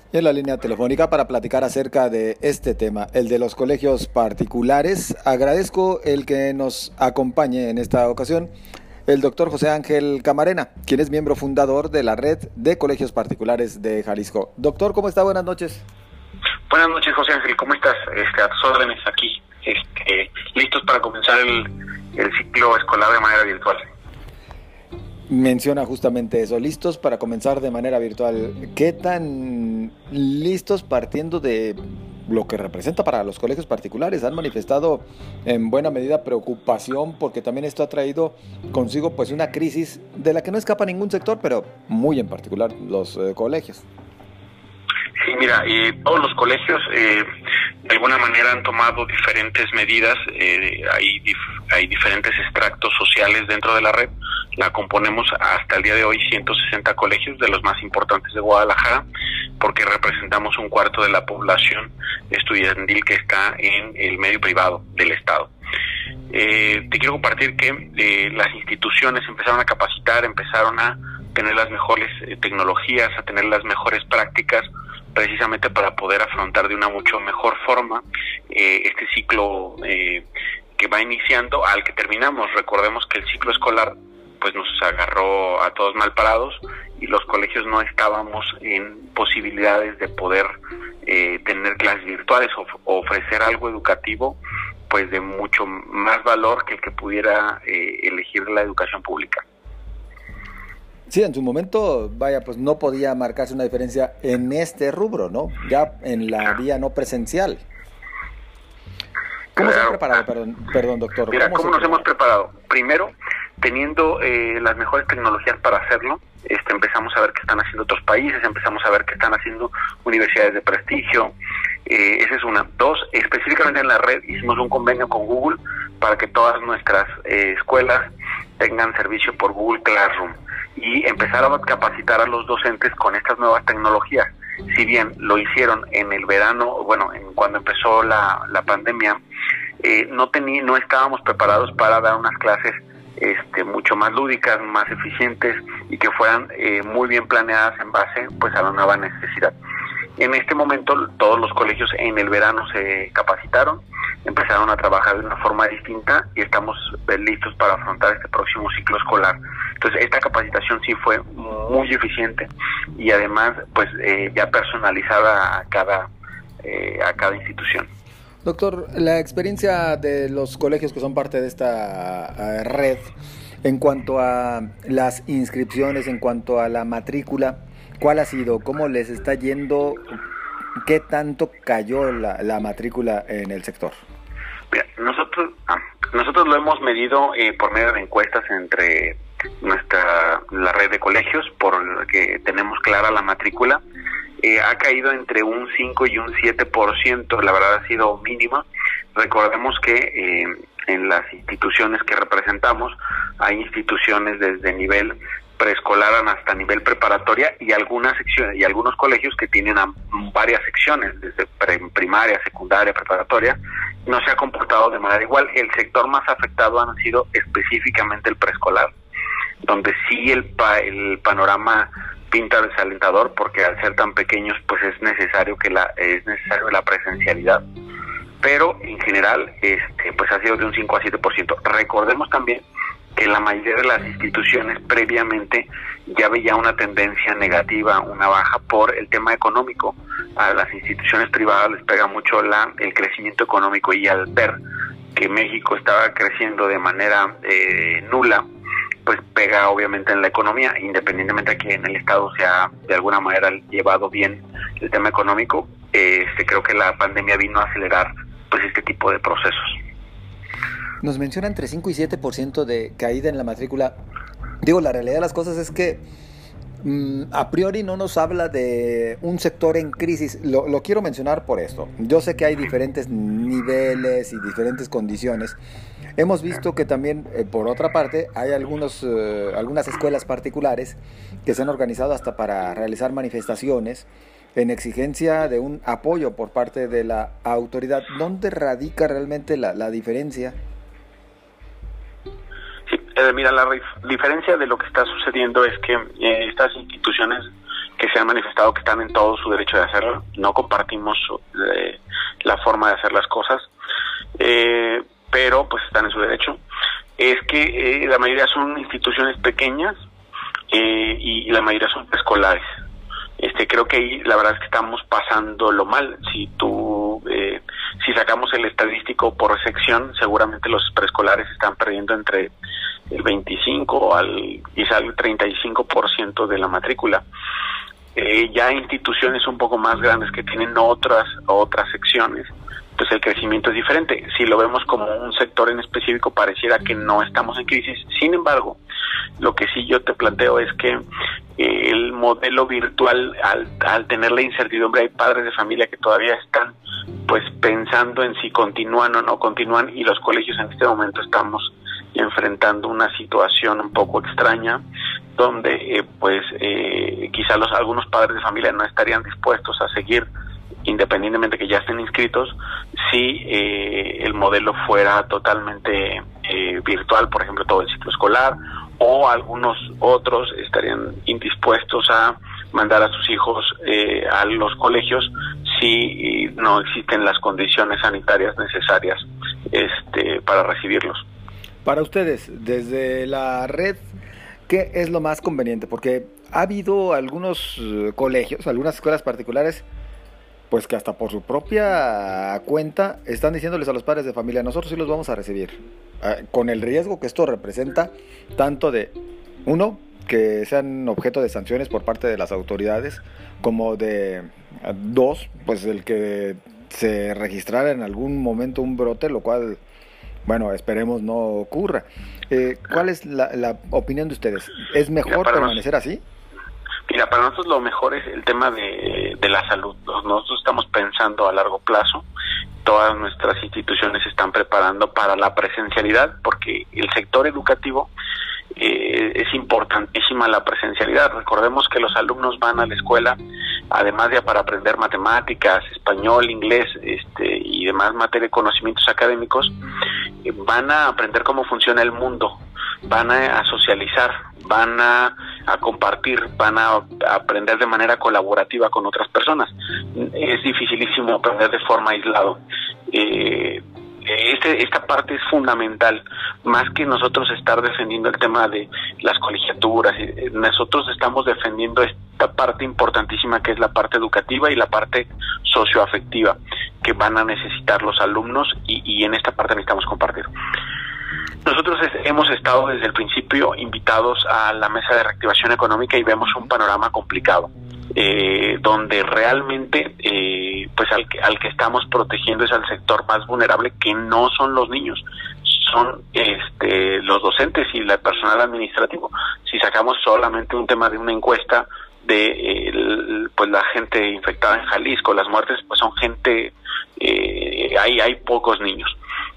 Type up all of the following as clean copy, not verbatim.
Y en la línea telefónica para platicar acerca de este tema, el de los colegios particulares. Agradezco el que nos acompañe en esta ocasión el doctor José Ángel Camarena, quien es miembro fundador de la Red de Colegios Particulares de Jalisco. Doctor, ¿cómo está? Buenas noches. Buenas noches, José Ángel, ¿cómo estás? A tus órdenes aquí, listos para comenzar el ciclo escolar de manera virtual. Menciona justamente eso, listos para comenzar de manera virtual. ¿Qué tan listos partiendo de lo que representa para los colegios particulares? Han manifestado en buena medida preocupación porque también esto ha traído consigo pues una crisis de la que no escapa ningún sector, pero muy en particular los colegios. Sí, mira, todos los colegios de alguna manera han tomado diferentes medidas, hay diferentes extractos sociales dentro de la red. La componemos hasta el día de hoy 160 colegios de los más importantes de Guadalajara, porque representamos un cuarto de la población estudiantil que está en el medio privado del Estado. Te quiero compartir que las instituciones empezaron a capacitar, empezaron a tener las mejores tecnologías, a tener las mejores prácticas, precisamente para poder afrontar de una mucho mejor forma este ciclo que va iniciando al que terminamos. Recordemos que el ciclo escolar pues nos agarró a todos mal parados y los colegios no estábamos en posibilidades de poder tener clases virtuales o ofrecer algo educativo pues de mucho más valor que el que pudiera elegir la educación pública. Sí, en su momento, vaya, pues no podía marcarse una diferencia en este rubro, ¿no? Ya en la vía no presencial. ¿Cómo se han preparado, perdón, doctor? Mira, ¿cómo nos hemos preparado? Primero, teniendo las mejores tecnologías para hacerlo, empezamos a ver qué están haciendo otros países, empezamos a ver qué están haciendo universidades de prestigio. Esa es una. Dos, específicamente en la red hicimos un convenio con Google para que todas nuestras escuelas tengan servicio por Google Classroom y empezaron a capacitar a los docentes con estas nuevas tecnologías. Si bien lo hicieron en el verano, cuando empezó la pandemia, no estábamos preparados para dar unas clases mucho más lúdicas, más eficientes y que fueran muy bien planeadas en base pues a la nueva necesidad. En este momento todos los colegios en el verano se capacitaron, empezaron a trabajar de una forma distinta y estamos listos para afrontar este próximo ciclo escolar. Entonces esta capacitación sí fue muy eficiente y además pues ya personalizada a cada institución. Doctor, la experiencia de los colegios que son parte de esta red en cuanto a las inscripciones, en cuanto a la matrícula, ¿cuál ha sido? ¿Cómo les está yendo? ¿Qué tanto cayó la matrícula en el sector? Mira, nosotros lo hemos medido por medio de encuestas entre la red de colegios, porque tenemos clara la matrícula. Ha caído entre un 5 y un 7%, la verdad ha sido mínima. Recordemos que en las instituciones que representamos hay instituciones desde nivel preescolar hasta nivel preparatoria y algunas secciones y algunos colegios que tienen varias secciones desde primaria, secundaria, preparatoria. No se ha comportado de manera igual. El sector más afectado han sido específicamente el preescolar, donde sí el panorama pinta desalentador, porque al ser tan pequeños pues es necesario la presencialidad, pero en general pues ha sido de un 5 a 7%. Recordemos también que la mayoría de las instituciones previamente ya veía una tendencia negativa, una baja por el tema económico. A las instituciones privadas les pega mucho el crecimiento económico, y al ver que México estaba creciendo de manera nula, pues pega obviamente en la economía, independientemente de que en el Estado se ha de alguna manera llevado bien el tema económico. Creo que la pandemia vino a acelerar pues este tipo de procesos. Nos menciona entre 5 y 7% de caída en la matrícula. Digo, la realidad de las cosas es que a priori no nos habla de un sector en crisis. Lo quiero mencionar por esto. Yo sé que hay diferentes niveles y diferentes condiciones. Hemos visto que también, por otra parte, hay algunas escuelas particulares que se han organizado hasta para realizar manifestaciones en exigencia de un apoyo por parte de la autoridad. ¿Dónde radica realmente la diferencia? Sí, mira, la diferencia de lo que está sucediendo es que estas instituciones que se han manifestado que están en todo su derecho de hacerlo. No compartimos la forma de hacer las cosas, pero pues están en su derecho. Es que la mayoría son instituciones pequeñas y la mayoría son preescolares. Creo que ahí la verdad es que estamos pasándolo mal. Si sacamos el estadístico por sección, seguramente los preescolares están perdiendo entre el 25 al quizá el 35% de la matrícula. Ya instituciones un poco más grandes que tienen otras secciones, pues el crecimiento es diferente. Si lo vemos como un sector en específico, pareciera que no estamos en crisis. Sin embargo, lo que sí yo te planteo es que el modelo virtual, al tener la incertidumbre, hay padres de familia que todavía están pues pensando en si continúan o no continúan, y los colegios en este momento estamos enfrentando una situación un poco extraña, donde quizá algunos padres de familia no estarían dispuestos a seguir, independientemente que ya estén inscritos, si el modelo fuera totalmente virtual, por ejemplo, todo el ciclo escolar, o algunos otros estarían indispuestos a mandar a sus hijos a los colegios si no existen las condiciones sanitarias necesarias para recibirlos. Para ustedes, desde la red, ¿qué es lo más conveniente? Porque ha habido algunos colegios, algunas escuelas particulares, pues que hasta por su propia cuenta están diciéndoles a los padres de familia: nosotros sí los vamos a recibir, con el riesgo que esto representa, tanto de, uno, que sean objeto de sanciones por parte de las autoridades, como de, dos, pues el que se registrara en algún momento un brote, lo cual, bueno, esperemos no ocurra. ¿Cuál es la opinión de ustedes? ¿Es mejor permanecer así? Mira, para nosotros lo mejor es el tema de la salud. Nosotros estamos pensando a largo plazo. Todas nuestras instituciones se están preparando para la presencialidad, porque el sector educativo es importantísima la presencialidad. Recordemos que los alumnos van a la escuela, además de para aprender matemáticas, español, inglés y demás materia de conocimientos académicos, van a aprender cómo funciona el mundo, van a socializar, van a compartir, van a aprender de manera colaborativa con otras personas. Es dificilísimo aprender de forma aislado. Esta parte es fundamental, más que nosotros estar defendiendo el tema de las colegiaturas. Nosotros estamos defendiendo esta parte importantísima, que es la parte educativa y la parte socioafectiva que van a necesitar los alumnos, y en esta parte necesitamos compartir. Nosotros hemos estado desde el principio invitados a la mesa de reactivación económica y vemos un panorama complicado, donde realmente pues al que estamos protegiendo es al sector más vulnerable, que no son los niños, son los docentes y el personal administrativo. Si sacamos solamente un tema de una encuesta de pues la gente infectada en Jalisco, las muertes, pues son gente, hay pocos niños.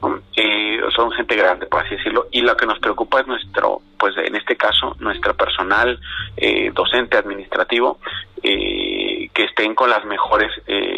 Son gente grande, por así decirlo, y lo que nos preocupa es pues en este caso, nuestro personal docente administrativo, que estén con las mejores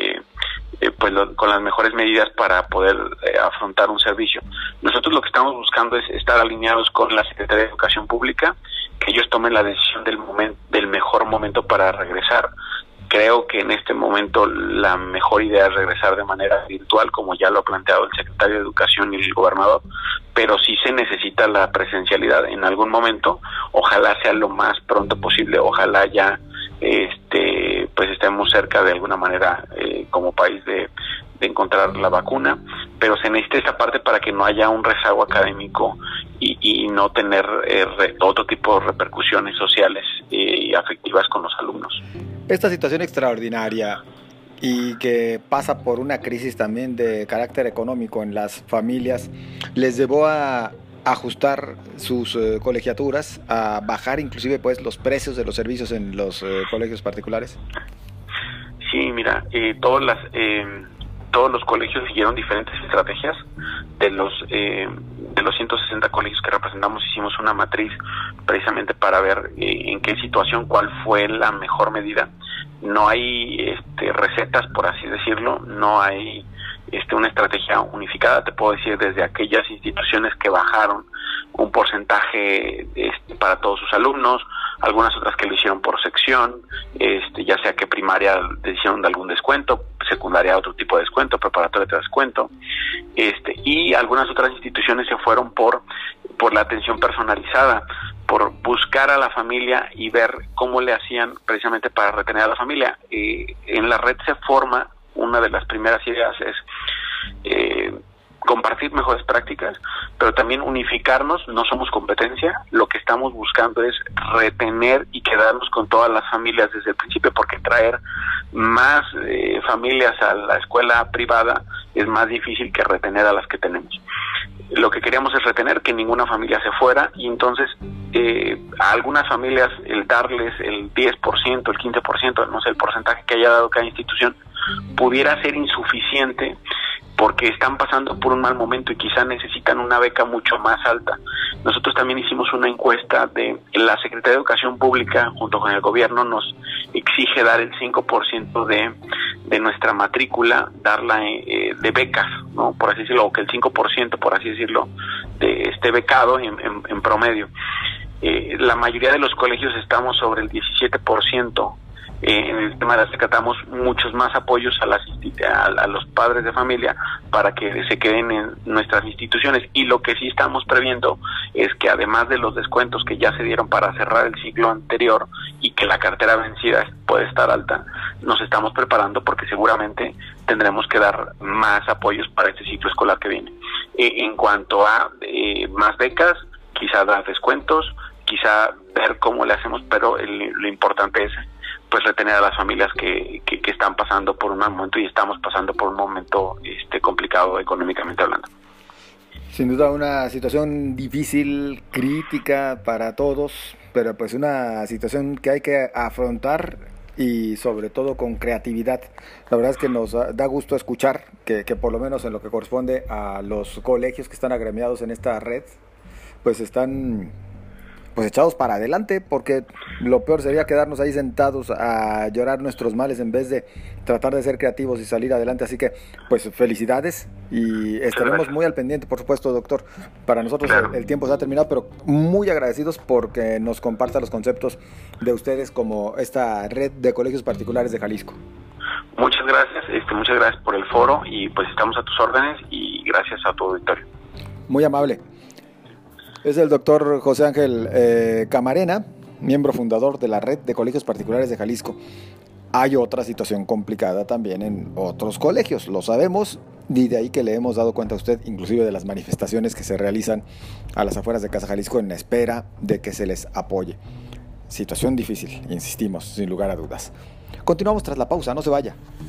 con las mejores medidas para poder afrontar un servicio. Nosotros lo que estamos buscando es estar alineados con la Secretaría de Educación Pública, que ellos tomen la decisión del mejor momento para regresar. Creo que en este momento la mejor idea es regresar de manera virtual, como ya lo ha planteado el secretario de Educación y el gobernador, pero sí se necesita la presencialidad en algún momento. Ojalá sea lo más pronto posible, ojalá ya pues estemos cerca de alguna manera como país de encontrar la vacuna, pero se necesita esta parte para que no haya un rezago académico y no tener otro tipo de repercusiones sociales y afectivas con los alumnos. Esta situación extraordinaria y que pasa por una crisis también de carácter económico en las familias, ¿les llevó a ajustar sus colegiaturas, a bajar inclusive pues los precios de los servicios en los colegios particulares? Sí, mira, todos los colegios siguieron diferentes estrategias. De los 160 colegios que representamos, hicimos una matriz precisamente para ver en qué situación, cuál fue la mejor medida. No hay recetas, por así decirlo, no hay una estrategia unificada. Te puedo decir, desde aquellas instituciones que bajaron un porcentaje para todos sus alumnos, algunas otras que lo hicieron por sección, ya sea que primaria le hicieron algún descuento, secundaria otro tipo de descuento, preparatoria otro descuento, y algunas otras instituciones se fueron por la atención personalizada, por buscar a la familia y ver cómo le hacían precisamente para retener a la familia. En la red se forma, una de las primeras ideas es compartir mejores prácticas, pero también unificarnos. No somos competencia, lo que estamos buscando es retener y quedarnos con todas las familias desde el principio, porque traer más familias a la escuela privada es más difícil que retener a las que tenemos. Lo que queríamos es retener, que ninguna familia se fuera, y entonces a algunas familias el darles el 10%, el 15%, no sé el porcentaje que haya dado cada institución, pudiera ser insuficiente porque están pasando por un mal momento y quizá necesitan una beca mucho más alta. Nosotros también hicimos una encuesta de la Secretaría de Educación Pública, junto con el gobierno, nos exige dar el 5% de nuestra matrícula, darla de becas, ¿no? Por así decirlo, o que el 5%, por así decirlo, esté becado en promedio. La mayoría de los colegios estamos sobre el 17%. En el tema de rescatamos muchos más apoyos a los padres de familia para que se queden en nuestras instituciones, y lo que sí estamos previendo es que además de los descuentos que ya se dieron para cerrar el ciclo anterior y que la cartera vencida puede estar alta, nos estamos preparando porque seguramente tendremos que dar más apoyos para este ciclo escolar que viene. En cuanto a más becas, quizá dar descuentos, quizá ver cómo le hacemos, pero lo importante es pues retener a las familias que están pasando por un mal momento, y estamos pasando por un momento complicado económicamente hablando. Sin duda una situación difícil, crítica para todos, pero pues una situación que hay que afrontar, y sobre todo con creatividad. La verdad es que nos da gusto escuchar que por lo menos en lo que corresponde a los colegios que están agremiados en esta red, pues están echados para adelante, porque lo peor sería quedarnos ahí sentados a llorar nuestros males en vez de tratar de ser creativos y salir adelante. Así que pues felicidades, y estaremos muy al pendiente, por supuesto, doctor. Para nosotros el tiempo se ha terminado, pero muy agradecidos porque nos comparta los conceptos de ustedes como esta red de colegios particulares de Jalisco. Muchas gracias por el foro, y pues estamos a tus órdenes, y gracias a tu auditorio. Muy amable. Es el doctor José Ángel Camarena, miembro fundador de la Red de Colegios Particulares de Jalisco. Hay otra situación complicada también en otros colegios, lo sabemos, y de ahí que le hemos dado cuenta a usted, inclusive de las manifestaciones que se realizan a las afueras de Casa Jalisco en espera de que se les apoye. Situación difícil, insistimos, sin lugar a dudas. Continuamos tras la pausa, no se vaya.